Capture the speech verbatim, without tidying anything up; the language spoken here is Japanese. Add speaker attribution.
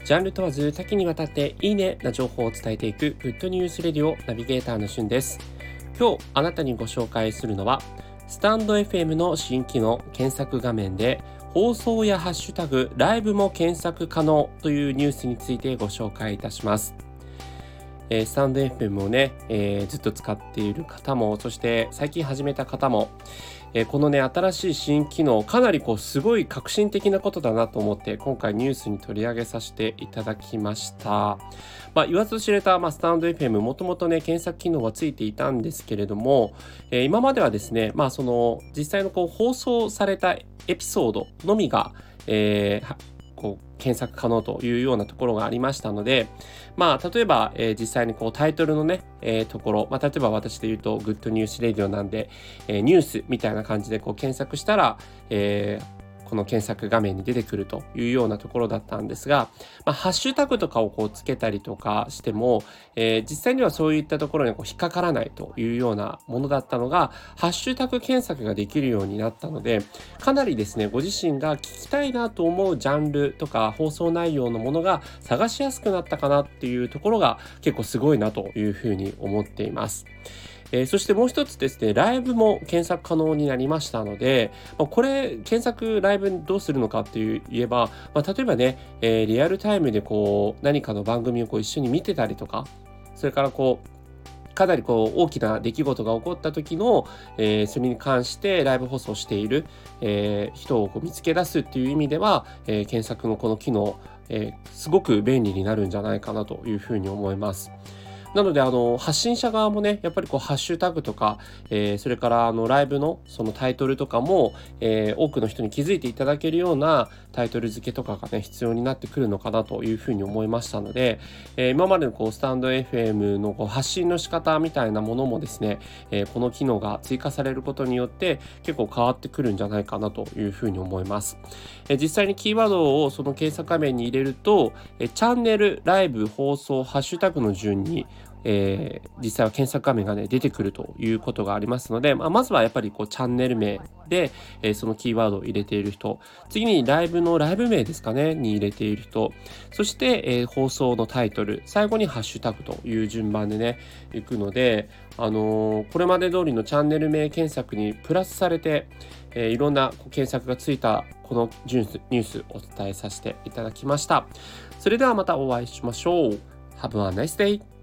Speaker 1: ジャンル問わず多岐にわたっていいねな情報を伝えていくグッドニュースレディオナビゲーターのしゅんです。今日あなたにご紹介するのはスタンド エフエム の新機能、検索画面で放送やハッシュタグライブも検索可能というニュースについてご紹介いたします。えー、スタンド エフエム をね、えー、ずっと使っている方も、そして最近始めた方も、えー、このね新しい新機能、かなりこうすごい革新的なことだなと思って今回ニュースに取り上げさせていただきました。まあ、言わず知れた、まあ、スタンド エフエム もともとね検索機能がついていたんですけれども、えー、今まではですね、まあ、その実際のこう放送されたエピソードのみが、えーこう検索可能というようなところがありましたので、まあ例えば、えー、実際にこうタイトルのね、えー、ところ、まあ、例えば私で言うとグッドニュースレディオなんで、えー、ニュースみたいな感じでこう検索したら、えーこの検索画面に出てくるというようなところだったんですが、まあ、ハッシュタグとかをこうつけたりとかしても、えー、実際にはそういったところにこう引っかからないというようなものだったのが、ハッシュタグ検索ができるようになったので、かなりですねご自身が聞きたいなと思うジャンルとか放送内容のものが探しやすくなったかなっていうところが結構すごいなというふうに思っています。えー、そしてもう一つですね、ライブも検索可能になりましたので、まあ、これ検索ライブどうするのかっていう言えば、まあ、例えばね、えー、リアルタイムでこう何かの番組をこう一緒に見てたりとか、それからこうかなりこう大きな出来事が起こった時の、えー、それに関してライブ放送している、えー、人をこう見つけ出すっていう意味では、えー、検索のこの機能、えー、すごく便利になるんじゃないかなというふうに思います。なのであの発信者側もね、やっぱりこうハッシュタグとか、えー、それからあのライブのそのタイトルとかも、えー、多くの人に気づいていただけるようなタイトル付けとかがね必要になってくるのかなというふうに思いましたので、えー、今までのこうスタンド エフエム のこう発信の仕方みたいなものもですね、えー、この機能が追加されることによって結構変わってくるんじゃないかなというふうに思います。えー、実際にキーワードをその検索画面に入れると、えー、チャンネル、ライブ、放送、ハッシュタグの順にえー、実際は検索画面がね出てくるということがありますので、まあ、まずはやっぱりこうチャンネル名で、えー、そのキーワードを入れている人、次にライブのライブ名ですかねに入れている人、そして、えー、放送のタイトル、最後にハッシュタグという順番でねいくので、あのー、これまで通りのチャンネル名検索にプラスされて、えー、いろんな検索がついたこのニュース、ニュースをお伝えさせていただきました。それではまたお会いしましょう。Have a nice day!